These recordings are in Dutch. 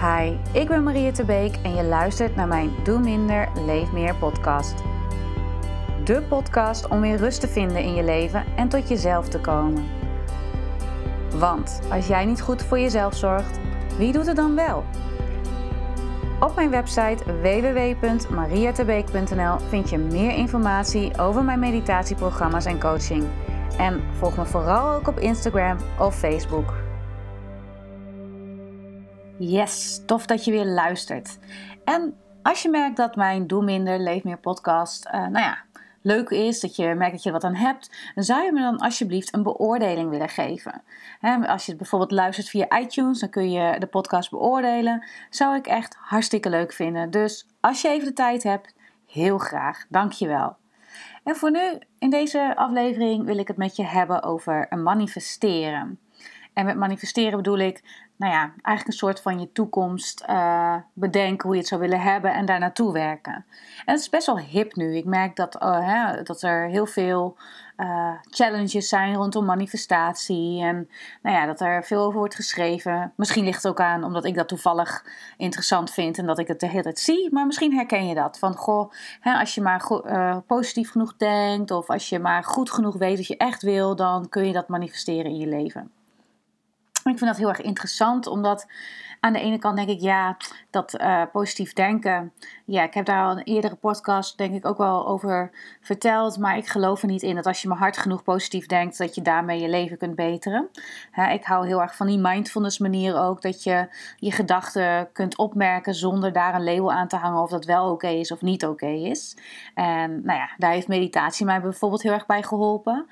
Hi, ik ben Maria Te Beek en je luistert naar mijn Doe Minder, Leef Meer podcast. De podcast om weer rust te vinden in je leven en tot jezelf te komen. Want als jij niet goed voor jezelf zorgt, wie doet het dan wel? Op mijn website www.mariatebeek.nl vind je meer informatie over mijn meditatieprogramma's en coaching. En volg me vooral ook op Instagram of Facebook. Yes, tof dat je weer luistert. En als je merkt dat mijn Doe Minder, Leef Meer podcast leuk is, dat je merkt dat je er wat aan hebt, dan zou je me dan alsjeblieft een beoordeling willen geven. Als je bijvoorbeeld luistert via iTunes, dan kun je de podcast beoordelen. Zou ik echt hartstikke leuk vinden. Dus als je even de tijd hebt, heel graag. Dank je wel. En voor nu, in deze aflevering, wil ik het met je hebben over een manifesteren. En met manifesteren bedoel ik, eigenlijk een soort van je toekomst bedenken hoe je het zou willen hebben en daar naartoe werken. En het is best wel hip nu. Ik merk dat er heel veel challenges zijn rondom manifestatie en dat er veel over wordt geschreven. Misschien ligt het ook aan omdat ik dat toevallig interessant vind en dat ik het de hele tijd zie. Maar misschien herken je dat. Van als je maar positief genoeg denkt of als je maar goed genoeg weet wat je echt wil, dan kun je dat manifesteren in je leven. Ik vind dat heel erg interessant, omdat aan de ene kant denk ik, dat positief denken, ik heb daar al een eerdere podcast denk ik ook wel over verteld, maar ik geloof er niet in dat als je maar hard genoeg positief denkt, dat je daarmee je leven kunt beteren. Ik hou heel erg van die mindfulness manier ook, dat je je gedachten kunt opmerken zonder daar een label aan te hangen of dat wel oké is of niet oké is. En daar heeft meditatie mij bijvoorbeeld heel erg bij geholpen.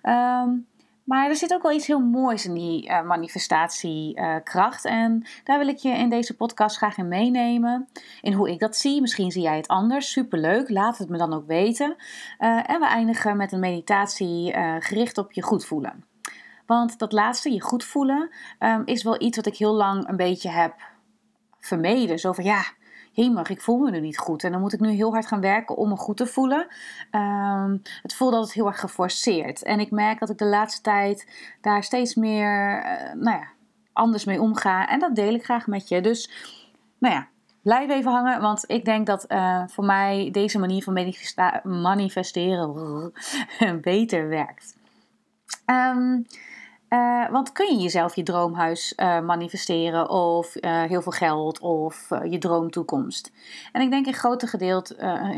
Maar er zit ook wel iets heel moois in die manifestatiekracht. En daar wil ik je in deze podcast graag in meenemen. In hoe ik dat zie. Misschien zie jij het anders. Superleuk. Laat het me dan ook weten. En we eindigen met een meditatie gericht op je goed voelen. Want dat laatste, je goed voelen, is wel iets wat ik heel lang een beetje heb vermeden. Zo van jemig, ik voel me nu niet goed. En dan moet ik nu heel hard gaan werken om me goed te voelen. Het voelt altijd heel erg geforceerd. En ik merk dat ik de laatste tijd daar steeds meer anders mee omga. En dat deel ik graag met je. Dus blijf even hangen. Want ik denk dat voor mij deze manier van manifesteren beter werkt. Want kun je jezelf je droomhuis manifesteren of heel veel geld of je droomtoekomst? En ik denk in grote gedeelte,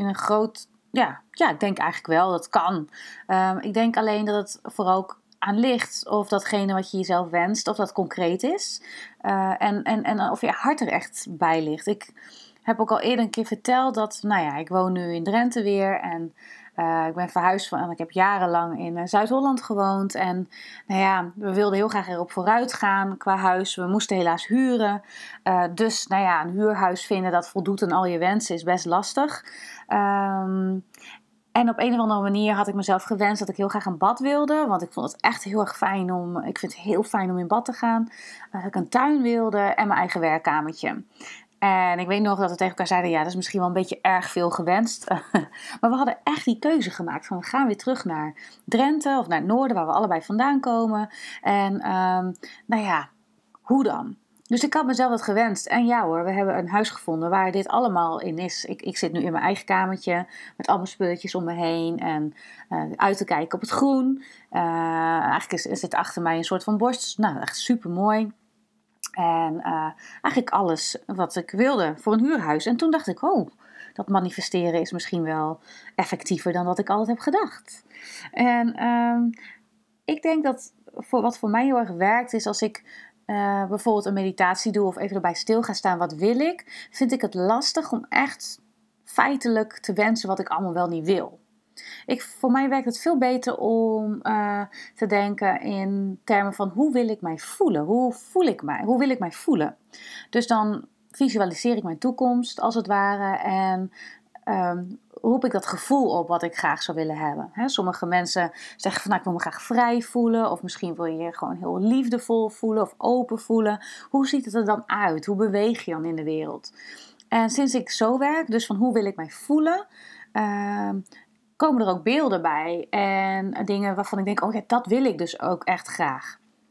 ik denk eigenlijk wel, dat kan. Ik denk alleen dat het vooral ook aan ligt of datgene wat je jezelf wenst, of dat concreet is. En of je hart er echt bij ligt. Ik heb ook al eerder een keer verteld dat, ik woon nu in Drenthe weer en ik ben verhuisd en ik heb jarenlang in Zuid-Holland gewoond. En we wilden heel graag erop vooruit gaan qua huis. We moesten helaas huren. Dus een huurhuis vinden dat voldoet aan al je wensen is best lastig. En op een of andere manier had ik mezelf gewenst dat ik heel graag een bad wilde. Want ik vond het echt heel erg fijn ik vind het heel fijn om in bad te gaan. Dat ik een tuin wilde en mijn eigen werkkamertje. En ik weet nog dat we tegen elkaar zeiden, dat is misschien wel een beetje erg veel gewenst. Maar we hadden echt die keuze gemaakt van we gaan weer terug naar Drenthe of naar het noorden waar we allebei vandaan komen. En hoe dan? Dus ik had mezelf dat gewenst. En ja hoor, we hebben een huis gevonden waar dit allemaal in is. Ik zit nu in mijn eigen kamertje met allemaal spulletjes om me heen en uit te kijken op het groen. Eigenlijk zit achter mij een soort van bos. Echt super mooi. En eigenlijk alles wat ik wilde voor een huurhuis. En toen dacht ik, dat manifesteren is misschien wel effectiever dan wat ik altijd heb gedacht. En ik denk dat wat voor mij heel erg werkt is als ik bijvoorbeeld een meditatie doe of even erbij stil ga staan, wat wil ik? Vind ik het lastig om echt feitelijk te wensen wat ik allemaal wel niet wil. Voor mij werkt het veel beter om te denken in termen van hoe wil ik mij voelen? Hoe voel ik mij? Hoe wil ik mij voelen? Dus dan visualiseer ik mijn toekomst als het ware en roep ik dat gevoel op wat ik graag zou willen hebben. Sommige mensen zeggen van ik wil me graag vrij voelen of misschien wil je je gewoon heel liefdevol voelen of open voelen. Hoe ziet het er dan uit? Hoe beweeg je dan in de wereld? En sinds ik zo werk, dus van hoe wil ik mij voelen, komen er ook beelden bij en dingen waarvan ik denk, dat wil ik dus ook echt graag.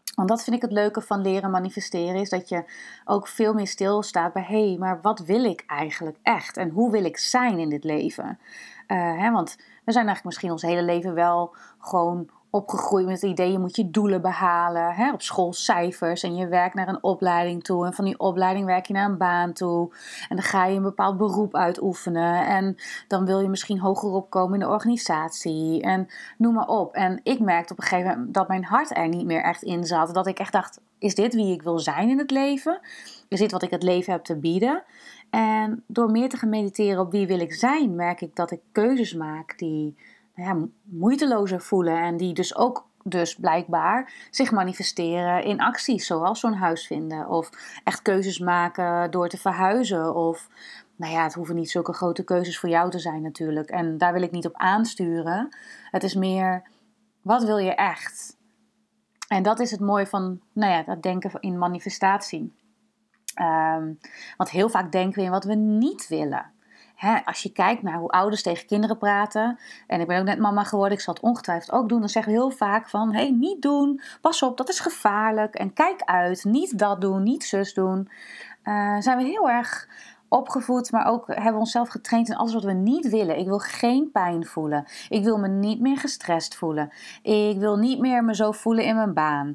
Want dat vind ik het leuke van leren manifesteren, is dat je ook veel meer stilstaat bij, hé, maar wat wil ik eigenlijk echt? En hoe wil ik zijn in dit leven? Want we zijn eigenlijk misschien ons hele leven wel gewoon opgegroeid met het idee, je moet je doelen behalen. Op school cijfers en je werkt naar een opleiding toe. En van die opleiding werk je naar een baan toe. En dan ga je een bepaald beroep uitoefenen. En dan wil je misschien hoger opkomen in de organisatie. En noem maar op. En ik merkte op een gegeven moment dat mijn hart er niet meer echt in zat. Dat ik echt dacht, is dit wie ik wil zijn in het leven? Is dit wat ik het leven heb te bieden? En door meer te gaan mediteren op wie wil ik zijn, merk ik dat ik keuzes maak die moeitelozer voelen. En die dus ook blijkbaar zich manifesteren in acties. Zoals zo'n huis vinden. Of echt keuzes maken door te verhuizen. Of het hoeven niet zulke grote keuzes voor jou te zijn natuurlijk. En daar wil ik niet op aansturen. Het is meer, wat wil je echt? En dat is het mooie van dat denken in manifestatie. Want heel vaak denken we in wat we niet willen. Als je kijkt naar hoe ouders tegen kinderen praten. En ik ben ook net mama geworden, ik zal het ongetwijfeld ook doen. Dan zeggen we heel vaak van, niet doen. Pas op, dat is gevaarlijk. En kijk uit, niet dat doen, niet zus doen. Zijn we heel erg opgevoed, maar ook hebben we onszelf getraind in alles wat we niet willen. Ik wil geen pijn voelen. Ik wil me niet meer gestrest voelen. Ik wil niet meer me zo voelen in mijn baan.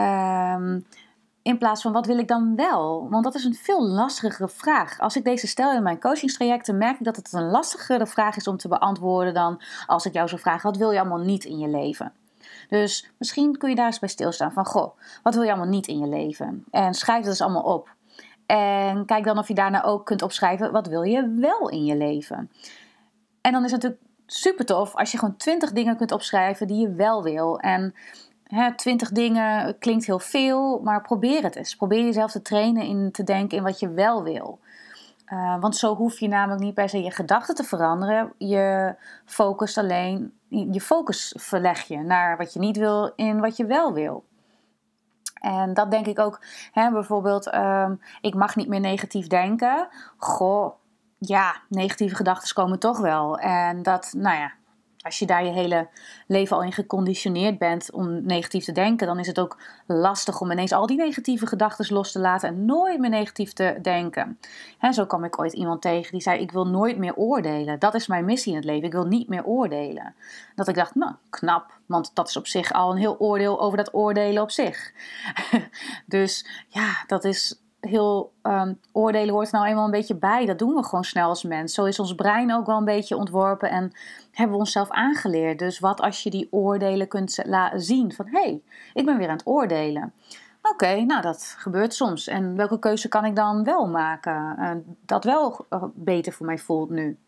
In plaats van, wat wil ik dan wel? Want dat is een veel lastigere vraag. Als ik deze stel in mijn coachingstrajecten, merk ik dat het een lastigere vraag is om te beantwoorden dan als ik jou zou vragen, wat wil je allemaal niet in je leven? Dus misschien kun je daar eens bij stilstaan van, wat wil je allemaal niet in je leven? En schrijf dat eens allemaal op. En kijk dan of je daarna ook kunt opschrijven, wat wil je wel in je leven? En dan is het natuurlijk super tof als je gewoon 20 dingen kunt opschrijven die je wel wil. En 20 dingen klinkt heel veel, maar probeer het eens. Probeer jezelf te trainen in te denken in wat je wel wil. Want zo hoef je namelijk niet per se je gedachten te veranderen. Je focus verleg je naar wat je niet wil in wat je wel wil. En dat denk ik ook, bijvoorbeeld, ik mag niet meer negatief denken. Negatieve gedachten komen toch wel. En dat, als je daar je hele leven al in geconditioneerd bent om negatief te denken, dan is het ook lastig om ineens al die negatieve gedachten los te laten en nooit meer negatief te denken. Zo kwam ik ooit iemand tegen die zei, ik wil nooit meer oordelen. Dat is mijn missie in het leven, ik wil niet meer oordelen. Dat ik dacht, knap, want dat is op zich al een heel oordeel over dat oordelen op zich. Dus dat is heel oordelen hoort er nou eenmaal een beetje bij. Dat doen we gewoon snel als mens. Zo is ons brein ook wel een beetje ontworpen en hebben we onszelf aangeleerd. Dus wat als je die oordelen kunt zien van, ik ben weer aan het oordelen. Oké, dat gebeurt soms. En welke keuze kan ik dan wel maken? Dat wel beter voor mij voelt nu.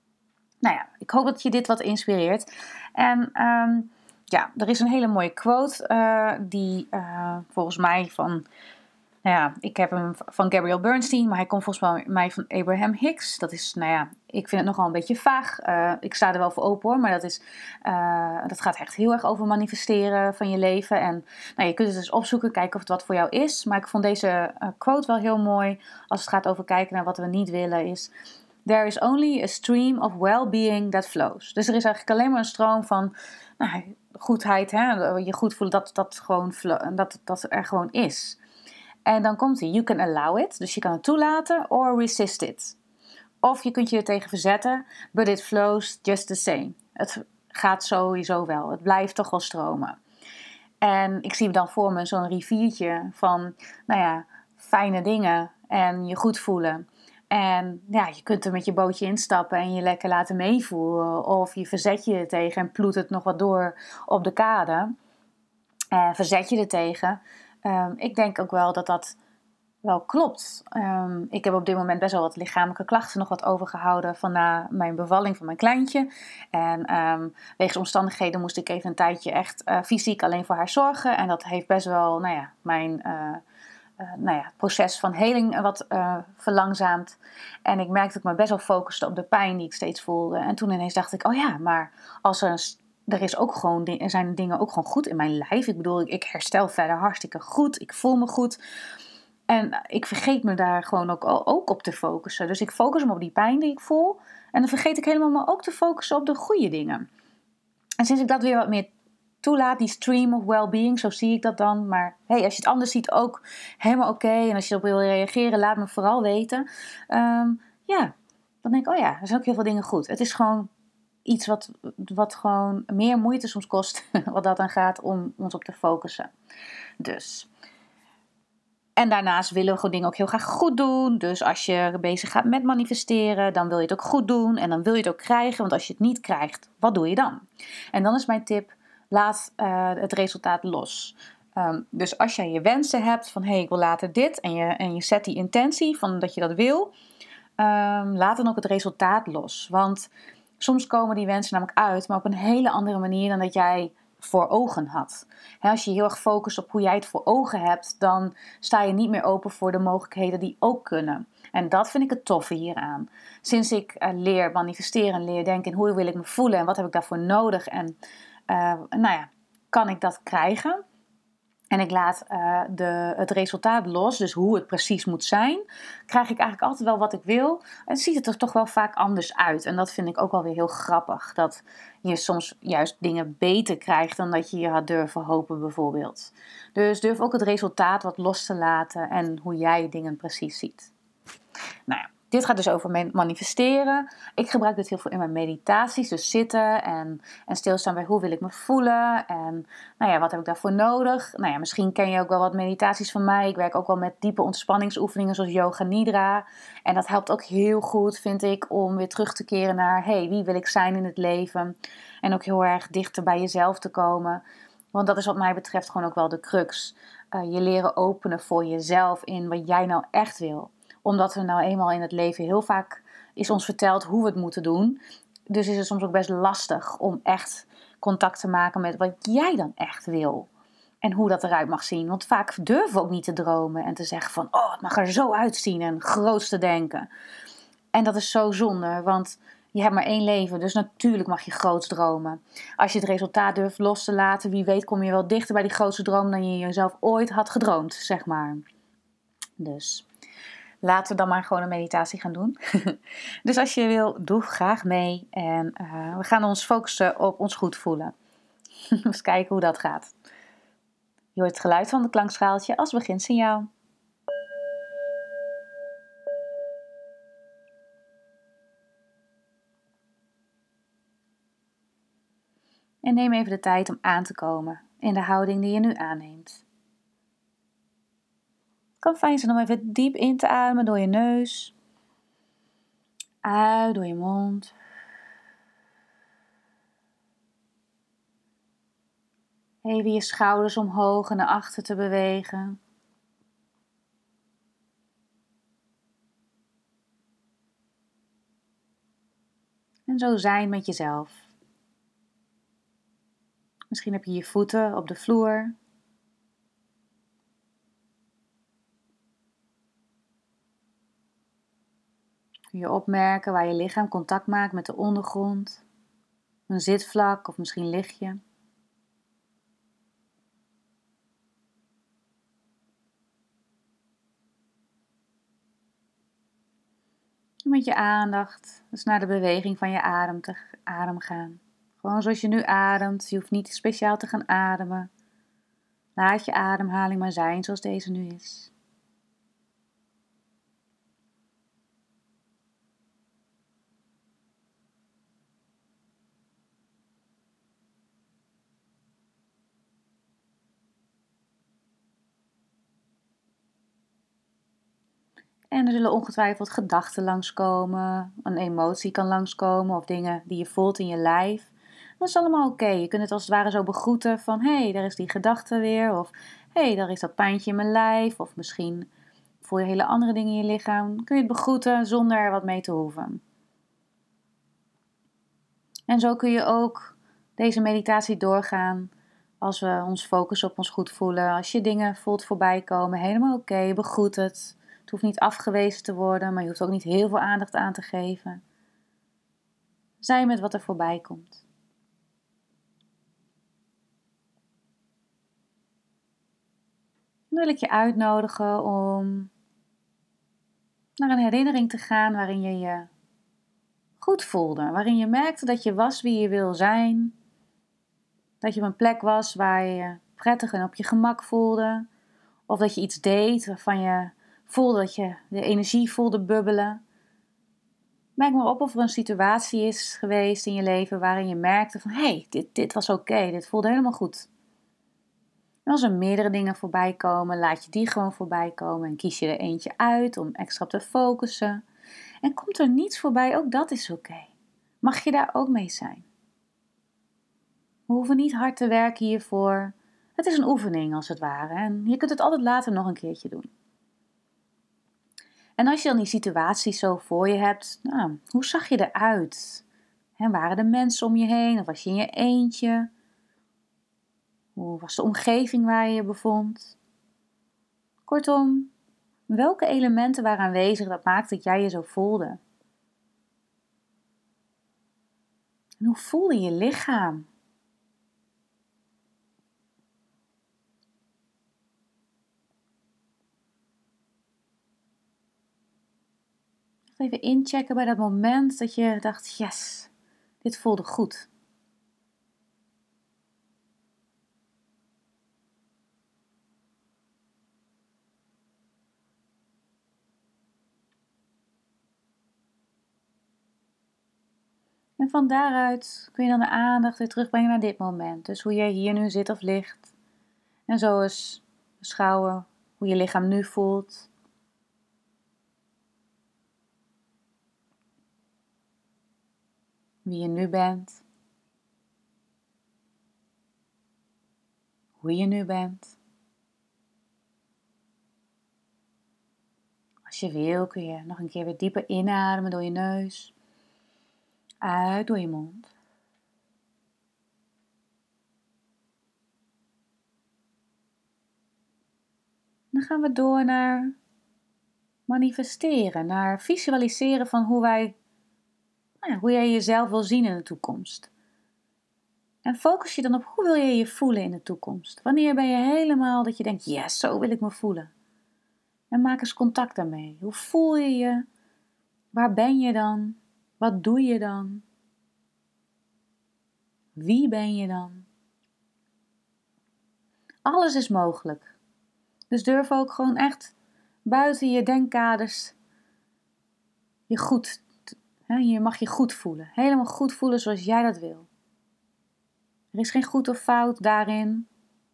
Ik hoop dat je dit wat inspireert. En er is een hele mooie quote die volgens mij van, ik heb hem van Gabrielle Bernstein, maar hij komt volgens mij van Abraham Hicks. Dat is, ik vind het nogal een beetje vaag. Ik sta er wel voor open hoor, maar dat gaat echt heel erg over manifesteren van je leven. En je kunt het dus opzoeken, kijken of het wat voor jou is. Maar ik vond deze quote wel heel mooi als het gaat over kijken naar wat we niet willen is: There is only a stream of well-being that flows. Dus er is eigenlijk alleen maar een stroom van goedheid, je goed voelen, dat er gewoon is. En dan komt hij, you can allow it, dus je kan het toelaten, or resist it. Of je kunt je er tegen verzetten, but it flows just the same. Het gaat sowieso wel, het blijft toch wel stromen. En ik zie dan voor me zo'n riviertje van, fijne dingen en je goed voelen. En je kunt er met je bootje instappen en je lekker laten meevoeren. Of je verzet je er tegen en ploet het nog wat door op de kade. Verzet je er tegen. Ik denk ook wel dat dat wel klopt. Ik heb op dit moment best wel wat lichamelijke klachten nog wat overgehouden van na mijn bevalling van mijn kleintje. En wegens omstandigheden moest ik even een tijdje echt fysiek alleen voor haar zorgen. En dat heeft best wel mijn het proces van heling wat verlangzaamd. En ik merkte dat ik me best wel focuste op de pijn die ik steeds voelde. En toen ineens dacht ik, maar als er is ook gewoon, er zijn dingen ook gewoon goed in mijn lijf. Ik bedoel, ik herstel verder hartstikke goed. Ik voel me goed. En ik vergeet me daar gewoon ook op te focussen. Dus ik focus me op die pijn die ik voel. En dan vergeet ik helemaal me ook te focussen op de goede dingen. En sinds ik dat weer wat meer toelaat, die stream of well-being, zo zie ik dat dan. Maar hey, als je het anders ziet, ook helemaal oké. En als je erop wil reageren, laat me vooral weten. Dan denk ik, oh ja, er zijn ook heel veel dingen goed. Het is gewoon iets wat gewoon meer moeite soms kost, wat dat dan gaat, om ons op te focussen. Dus. En daarnaast willen we gewoon dingen ook heel graag goed doen. Dus als je bezig gaat met manifesteren, dan wil je het ook goed doen. En dan wil je het ook krijgen. Want als je het niet krijgt, wat doe je dan? En dan is mijn tip, laat het resultaat los. Dus als jij je wensen hebt van, ik wil later dit. En je zet die intentie van dat je dat wil. Laat dan ook het resultaat los. Want soms komen die wensen namelijk uit, maar op een hele andere manier dan dat jij voor ogen had. Als je heel erg focust op hoe jij het voor ogen hebt, dan sta je niet meer open voor de mogelijkheden die ook kunnen. En dat vind ik het toffe hieraan. Sinds ik leer manifesteren, leer denken in hoe wil ik me voelen en wat heb ik daarvoor nodig en kan ik dat krijgen? En ik laat het resultaat los, dus hoe het precies moet zijn, krijg ik eigenlijk altijd wel wat ik wil. En ziet het er toch wel vaak anders uit. En dat vind ik ook wel weer heel grappig. Dat je soms juist dingen beter krijgt dan dat je je had durven hopen bijvoorbeeld. Dus durf ook het resultaat wat los te laten en hoe jij dingen precies ziet. Nou ja. Dit gaat dus over manifesteren. Ik gebruik dit heel veel in mijn meditaties. Dus zitten en stilstaan bij hoe wil ik me voelen. En wat heb ik daarvoor nodig? Misschien ken je ook wel wat meditaties van mij. Ik werk ook wel met diepe ontspanningsoefeningen zoals Yoga Nidra. En dat helpt ook heel goed, vind ik, om weer terug te keren naar wie wil ik zijn in het leven. En ook heel erg dichter bij jezelf te komen. Want dat is wat mij betreft gewoon ook wel de crux. Je leren openen voor jezelf in wat jij nou echt wil. Omdat we nou eenmaal in het leven heel vaak is ons verteld hoe we het moeten doen. Dus is het soms ook best lastig om echt contact te maken met wat jij dan echt wil. En hoe dat eruit mag zien. Want vaak durven we ook niet te dromen en te zeggen van, het mag er zo uitzien en groots te denken. En dat is zo zonde, want je hebt maar 1 leven, dus natuurlijk mag je groots dromen. Als je het resultaat durft los te laten, wie weet kom je wel dichter bij die grootste droom dan je jezelf ooit had gedroomd, zeg maar. Dus laten we dan maar gewoon een meditatie gaan doen. Dus als je wil, doe graag mee. En we gaan ons focussen op ons goed voelen. Eens kijken hoe dat gaat. Je hoort het geluid van het klankschaaltje als beginsignaal. En neem even de tijd om aan te komen in de houding die je nu aanneemt. Het kan fijn zijn om even diep in te ademen door je neus. Uit door je mond. Even je schouders omhoog en naar achter te bewegen. En zo zijn met jezelf. Misschien heb je je voeten op de vloer. Kun je opmerken waar je lichaam contact maakt met de ondergrond. Een zitvlak of misschien lig je. En met je aandacht dus naar de beweging van je adem gaan. Gewoon zoals je nu ademt. Je hoeft niet speciaal te gaan ademen. Laat je ademhaling maar zijn zoals deze nu is. En er zullen ongetwijfeld gedachten langskomen, een emotie kan langskomen of dingen die je voelt in je lijf. Dat is allemaal oké. Je kunt het als het ware zo begroeten van, daar is die gedachte weer. Of, daar is dat pijntje in mijn lijf. Of misschien voel je hele andere dingen in je lichaam. Kun je het begroeten zonder er wat mee te hoeven. En zo kun je ook deze meditatie doorgaan als we ons focussen op ons goed voelen. Als je dingen voelt voorbij komen, helemaal oké, begroet het. Het hoeft niet afgewezen te worden, maar je hoeft ook niet heel veel aandacht aan te geven. Zij met wat er voorbij komt. Dan wil ik je uitnodigen om naar een herinnering te gaan waarin je je goed voelde. Waarin je merkte dat je was wie je wil zijn. Dat je op een plek was waar je je prettig en op je gemak voelde. Of dat je iets deed waarvan je voelde dat je de energie voelde bubbelen. Merk maar op of er een situatie is geweest in je leven waarin je merkte van hé, dit was oké, dit voelde helemaal goed. En als er meerdere dingen voorbij komen, laat je die gewoon voorbij komen en kies je er eentje uit om extra op te focussen. En komt er niets voorbij, ook dat is oké. Mag je daar ook mee zijn. We hoeven niet hard te werken hiervoor. Het is een oefening als het ware en je kunt het altijd later nog een keertje doen. En als je dan die situatie zo voor je hebt, nou, hoe zag je eruit? Waren er mensen om je heen of was je in je eentje? Hoe was de omgeving waar je je bevond? Kortom, welke elementen waren aanwezig dat maakte dat jij je zo voelde? En hoe voelde je lichaam? Even inchecken bij dat moment dat je dacht, yes, dit voelde goed. En van daaruit kun je dan de aandacht weer terugbrengen naar dit moment. Dus hoe jij hier nu zit of ligt. En zo eens beschouwen hoe je lichaam nu voelt. Wie je nu bent. Hoe je nu bent. Als je wil kun je nog een keer weer dieper inademen door je neus. Uit door je mond. Dan gaan we door naar manifesteren, naar visualiseren van hoe jij jezelf wil zien in de toekomst. En focus je dan op hoe wil je je voelen in de toekomst. Wanneer ben je helemaal dat je denkt, yes, zo wil ik me voelen. En maak eens contact daarmee. Hoe voel je je? Waar ben je dan? Wat doe je dan? Wie ben je dan? Alles is mogelijk. Dus durf ook gewoon echt buiten je denkkaders je mag je goed voelen. Helemaal goed voelen zoals jij dat wil. Er is geen goed of fout daarin.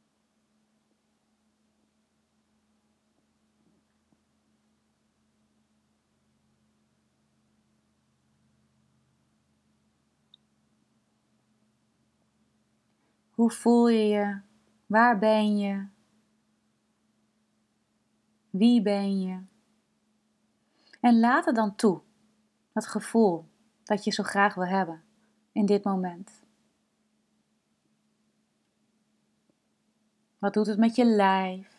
Hoe voel je je? Waar ben je? Wie ben je? En laat het dan toe. Dat gevoel dat je zo graag wil hebben in dit moment. Wat doet het met je lijf?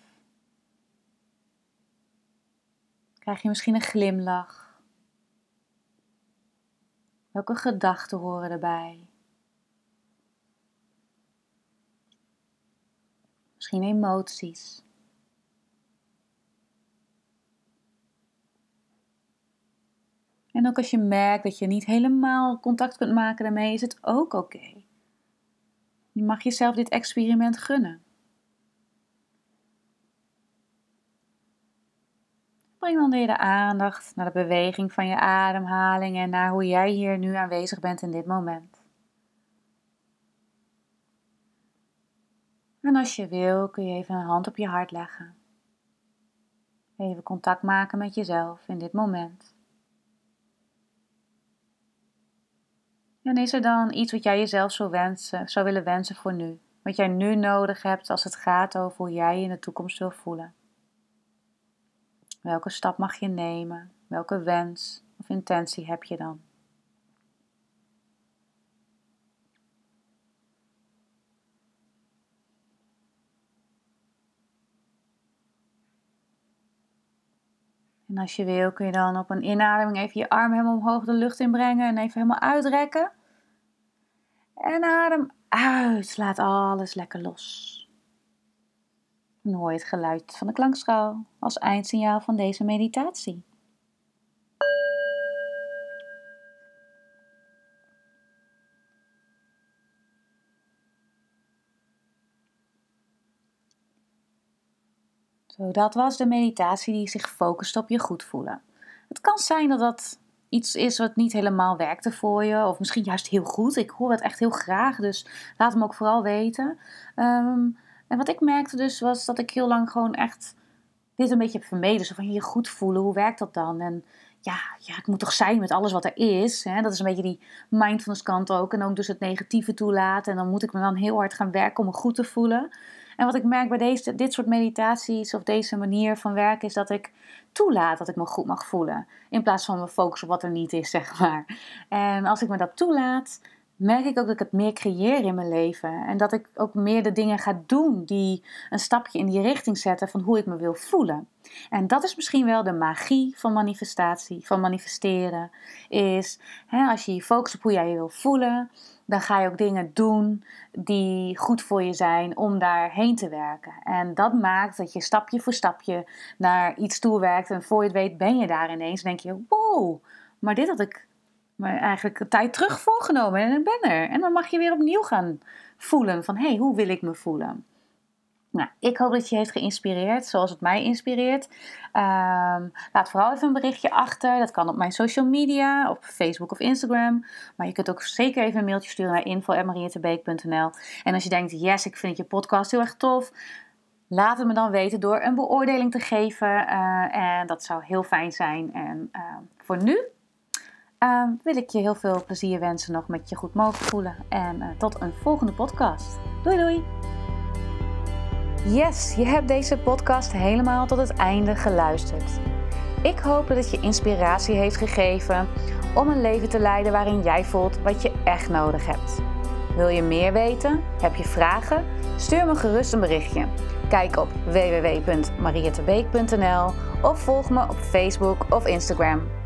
Krijg je misschien een glimlach? Welke gedachten horen erbij? Misschien emoties. En ook als je merkt dat je niet helemaal contact kunt maken daarmee, is het ook oké. Je mag jezelf dit experiment gunnen. Breng dan weer de aandacht naar de beweging van je ademhaling en naar hoe jij hier nu aanwezig bent in dit moment. En als je wil, kun je even een hand op je hart leggen. Even contact maken met jezelf in dit moment. En is er dan iets wat jij jezelf zou willen wensen voor nu? Wat jij nu nodig hebt als het gaat over hoe jij je in de toekomst wil voelen? Welke stap mag je nemen? Welke wens of intentie heb je dan? En als je wil kun je dan op een inademing even je arm helemaal omhoog de lucht inbrengen en even helemaal uitrekken. En adem uit, laat alles lekker los. Dan hoor je het geluid van de klankschaal als eindsignaal van deze meditatie. Zo, dat was de meditatie die zich focust op je goed voelen. Het kan zijn dat dat iets is wat niet helemaal werkte voor je, of misschien juist heel goed. Ik hoor het echt heel graag, dus laat me ook vooral weten. En wat ik merkte dus was dat ik heel lang gewoon echt dit een beetje heb vermeden. Zo van je goed voelen, hoe werkt dat dan? En ja, ik moet toch zijn met alles wat er is. Hè? Dat is een beetje die mindfulness kant ook. En ook dus het negatieve toelaten. En dan moet ik me dan heel hard gaan werken om me goed te voelen. En wat ik merk bij dit soort meditaties of deze manier van werken is dat ik toelaat dat ik me goed mag voelen. In plaats van me focussen op wat er niet is, zeg maar. En als ik me dat toelaat, merk ik ook dat ik het meer creëer in mijn leven. En dat ik ook meer de dingen ga doen die een stapje in die richting zetten van hoe ik me wil voelen. En dat is misschien wel de magie van manifestatie, van manifesteren. Is als je je focust op hoe jij je wil voelen, dan ga je ook dingen doen die goed voor je zijn om daarheen te werken. En dat maakt dat je stapje voor stapje naar iets toe werkt. En voor je het weet ben je daar ineens. Dan denk je, wow, maar dit had ik me eigenlijk een tijd terug voorgenomen en ik ben er. En dan mag je weer opnieuw gaan voelen van, hoe wil ik me voelen? Nou, ik hoop dat je heeft geïnspireerd zoals het mij inspireert. Laat vooral even een berichtje achter. Dat kan op mijn social media, op Facebook of Instagram. Maar je kunt ook zeker even een mailtje sturen naar info@mariettebeek.nl. En als je denkt, yes, ik vind je podcast heel erg tof, laat het me dan weten door een beoordeling te geven. En dat zou heel fijn zijn. En voor nu wil ik je heel veel plezier wensen nog met je goed mogen voelen. En tot een volgende podcast. Doei doei! Yes, je hebt deze podcast helemaal tot het einde geluisterd. Ik hoop dat het je inspiratie heeft gegeven om een leven te leiden waarin jij voelt wat je echt nodig hebt. Wil je meer weten? Heb je vragen? Stuur me gerust een berichtje. Kijk op www.mariettebeek.nl of volg me op Facebook of Instagram.